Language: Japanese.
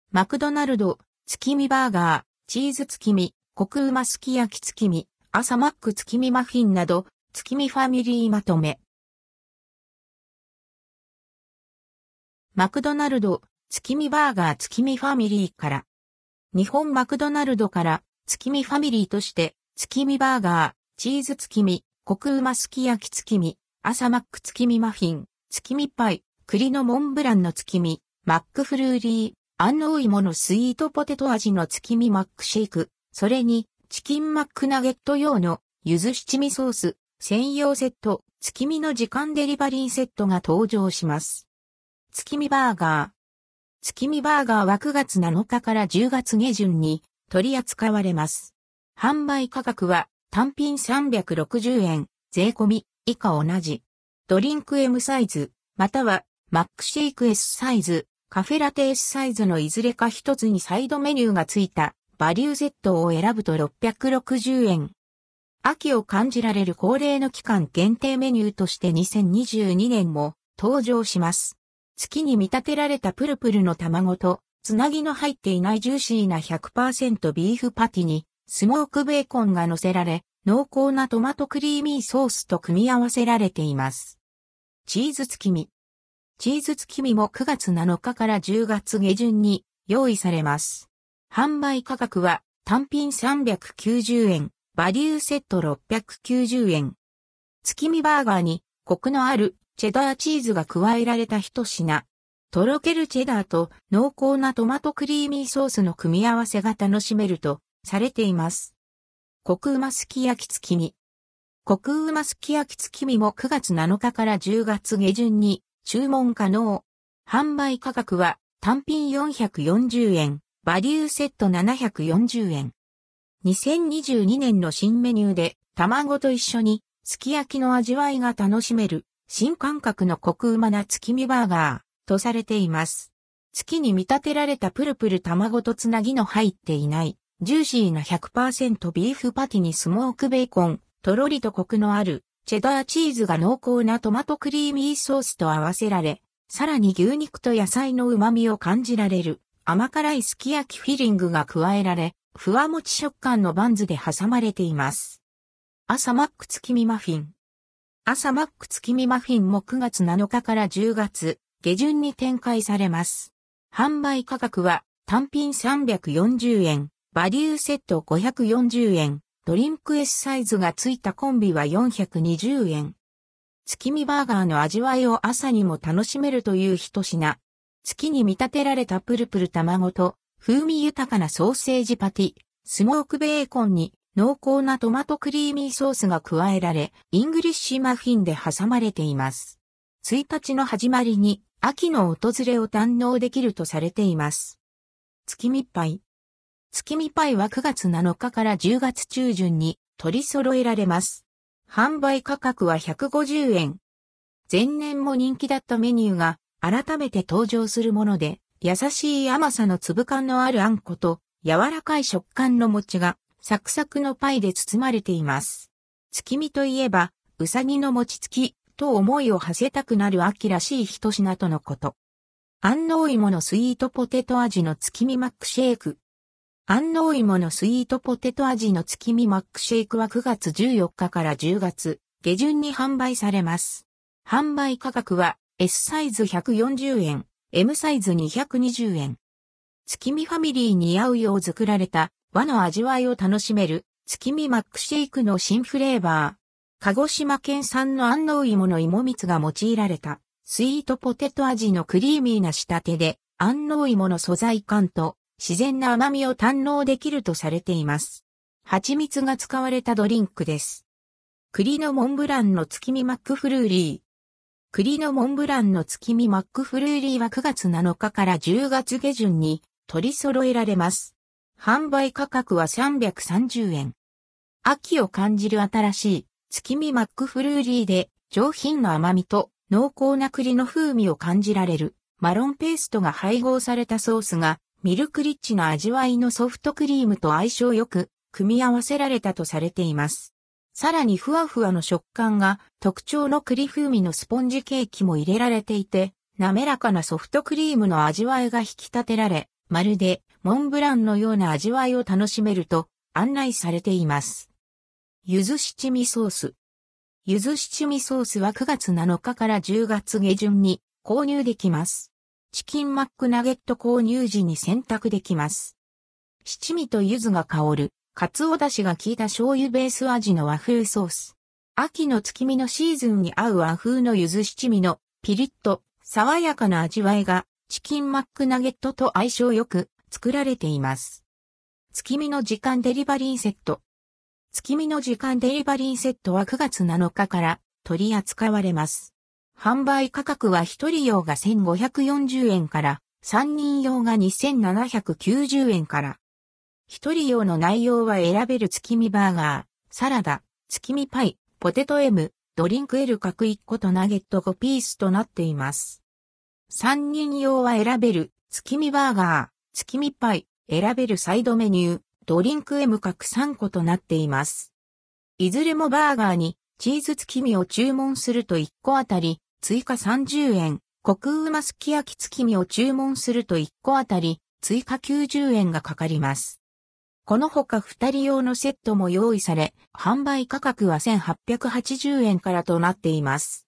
マクドナルド、月見バーガー、チーズ月見、コクうますき焼き月見、朝マック月見マフィンなど、月見ファミリーまとめ。マクドナルド、月見バーガー月見ファミリーから。日本マクドナルドから、月見ファミリーとして、月見バーガー、チーズ月見、コクうますき焼き月見、朝マック月見マフィン、月見パイ、栗のモンブランの月見、マックフルーリー、安納芋のスイートポテト味の月見マックシェイク、それに、チキンマックナゲット用の、柚子七味ソース、専用セット、月見の時間デリバリーセットが登場します。月見バーガー。月見バーガーは9月7日から10月下旬に取り扱われます。販売価格は単品360円、税込み以下同じ。ドリンク M サイズ、またはマックシェイク S サイズ、カフェラテ S サイズのいずれか一つにサイドメニューがついたバリューセットを選ぶと660円。秋を感じられる恒例の期間限定メニューとして2022年も登場します。月に見立てられたプルプルの卵と、つなぎの入っていないジューシーな 100% ビーフパティに、スモークベーコンが乗せられ、濃厚なトマトクリーミーソースと組み合わせられています。チーズ月見。チーズ月見も9月7日から10月下旬に用意されます。販売価格は単品390円、バリューセット690円。月見バーガーにコクのあるチェダーチーズが加えられた一品。とろけるチェダーと濃厚なトマトクリーミーソースの組み合わせが楽しめるとされています。コクうますき焼き月見。コクうますき焼き月見も9月7日から10月下旬に注文可能。販売価格は単品440円、バリューセット740円。2022年の新メニューで卵と一緒にすき焼きの味わいが楽しめる。新感覚のコクうまな月見バーガーとされています。月に見立てられたプルプル卵とつなぎの入っていないジューシーな 100% ビーフパティにスモークベーコン、とろりとコクのあるチェダーチーズが濃厚なトマトクリーミーソースと合わせられ、さらに牛肉と野菜の旨味を感じられる甘辛いすき焼きフィリングが加えられ、ふわもち食感のバンズで挟まれています。朝マック月見マフィン。朝マック月見マフィンも9月7日から10月下旬に展開されます。販売価格は単品340円、バリューセット540円、ドリンク S サイズがついたコンビは420円。月見バーガーの味わいを朝にも楽しめるという一品。月に見立てられたプルプル卵と風味豊かなソーセージパティ、スモークベーコンに濃厚なトマトクリーミーソースが加えられ、イングリッシュマフィンで挟まれています。1日の始まりに秋の訪れを堪能できるとされています。月見パイ。月見パイは9月7日から10月中旬に取り揃えられます。販売価格は150円。前年も人気だったメニューが改めて登場するもので、優しい甘さの粒感のあるあんこと柔らかい食感の餅がサクサクのパイで包まれています。月見といえば、うさぎの餅つきと思いを馳せたくなる秋らしい一品とのこと。安納芋のスイートポテト味の月見マックシェイク。安納芋のスイートポテト味の月見マックシェイクは9月14日から10月下旬に販売されます。販売価格は S サイズ140円、M サイズ220円。月見ファミリーに合うよう作られた和の味わいを楽しめる月見マックシェイクの新フレーバー。鹿児島県産の安納芋の芋蜜が用いられたスイートポテト味のクリーミーな仕立てで安納芋の素材感と自然な甘みを堪能できるとされています。蜂蜜が使われたドリンクです。栗のモンブランの月見マックフルーリー。栗のモンブランの月見マックフルーリーは9月7日から10月下旬に取り揃えられます。販売価格は330円。秋を感じる新しい月見マックフルーリーで上品な甘みと濃厚な栗の風味を感じられるマロンペーストが配合されたソースがミルクリッチな味わいのソフトクリームと相性よく組み合わせられたとされています。さらにふわふわの食感が特徴の栗風味のスポンジケーキも入れられていて、滑らかなソフトクリームの味わいが引き立てられ、 まるでモンブランのような味わいを楽しめると案内されています。柚子七味ソース。柚子七味ソースは9月7日から10月下旬に購入できます。チキンマックナゲット購入時に選択できます。七味と柚子が香る、鰹出汁が効いた醤油ベース味の和風ソース。秋の月見のシーズンに合う和風の柚子七味のピリッと爽やかな味わいがチキンマックナゲットと相性よく作られています。月見の時間デリバリーセット。月見の時間デリバリーセットは9月7日から取り扱われます。販売価格は1人用が1540円から、3人用が2790円から。1人用の内容は選べる月見バーガー、サラダ、月見パイ、ポテト M、ドリンク L 各1個とナゲット5ピースとなっています。3人用は選べる月見バーガー、月見パイ、選べるサイドメニュー、ドリンク M 各3個となっています。いずれもバーガーにチーズ月見を注文すると1個あたり追加30円、コクうますき焼き月見を注文すると1個あたり追加90円がかかります。この他2人用のセットも用意され、販売価格は1880円からとなっています。